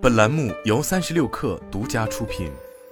本栏目由36氪独家出品。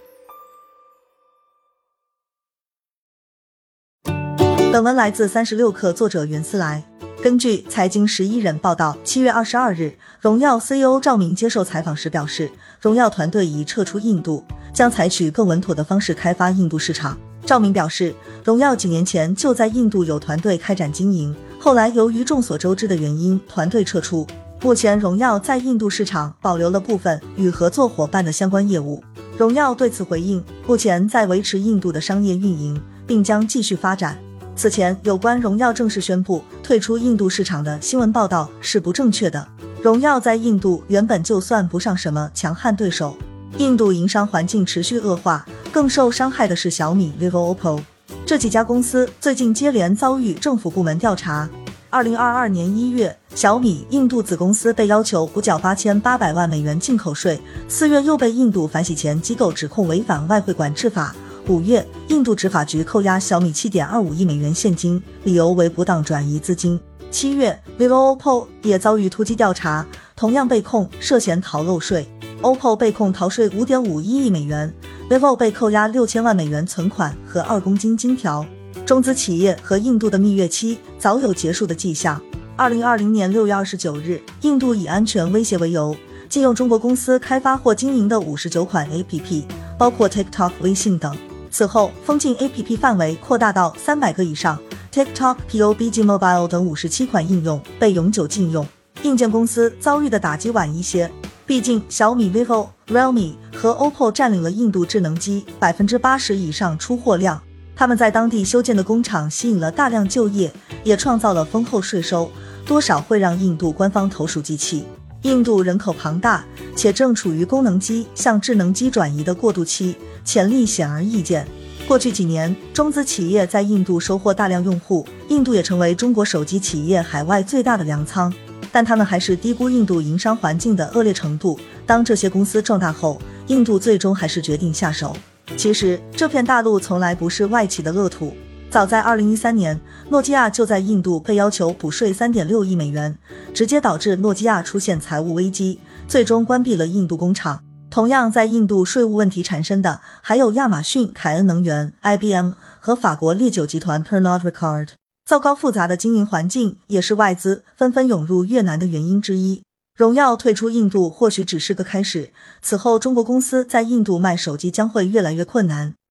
本文来自36氪，作者袁思来。根据财经11人报道，7月22日，荣耀 CEO 赵明接受采访时表示，荣耀团队已撤出印度，将采取更稳妥的方式开发印度市场。赵明表示，荣耀几年前就在印度有团队开展经营，后来由于众所周知的原因，团队撤出。目前荣耀在印度市场保留了部分与合作伙伴的相关业务。荣耀对此回应，目前在维持印度的商业运营，并将继续发展。此前有关荣耀正式宣布退出印度市场的新闻报道是不正确的。荣耀在印度原本就算不上什么强悍对手，印度营商环境持续恶化，更受伤害的是小米、vivo、OPPO 这几家公司最近接连遭遇政府部门调查。2022年1月，小米印度子公司被要求补缴8800万美元进口税，4月又被印度反洗钱机构指控违反外汇管制法，5月印度执法局扣押小米7.25亿美元现金，理由为不当转移资金。7月 vivo、 OPPO 也遭遇突击调查，同样被控涉嫌逃漏税。 OPPO 被控逃税5.51亿美元， vivo 被扣押6000万美元存款和2公斤金条。中资企业和印度的蜜月期早有结束的迹象。2020年6月29日，印度以安全威胁为由，禁用中国公司开发或经营的59款 APP， 包括 TikTok、 微信等。此后封禁 APP 范围扩大到300个以上， TikTok、PUBG Mobile 等57款应用被永久禁用。硬件公司遭遇的打击晚一些，毕竟小米、vivo、 Realme 和 OPPO 占领了印度智能机 80% 以上出货量。他们在当地修建的工厂吸引了大量就业，也创造了丰厚税收，多少会让印度官方投鼠忌器。印度人口庞大，且正处于功能机向智能机转移的过渡期，潜力显而易见。过去几年，中资企业在印度收获大量用户，印度也成为中国手机企业海外最大的粮仓，但他们还是低估印度营商环境的恶劣程度。当这些公司壮大后，印度最终还是决定下手。其实这片大陆从来不是外企的乐土，早在2013年，诺基亚就在印度被要求补税 3.6 亿美元，直接导致诺基亚出现财务危机，最终关闭了印度工厂。同样在印度税务问题缠身的还有亚马逊、凯恩能源、 IBM 和法国烈酒集团 Pernod Ricard。 糟糕复杂的经营环境也是外资纷纷涌入越南的原因之一。荣耀退出印度或许只是个开始，此后中国公司在印度卖手机将会越来越困难。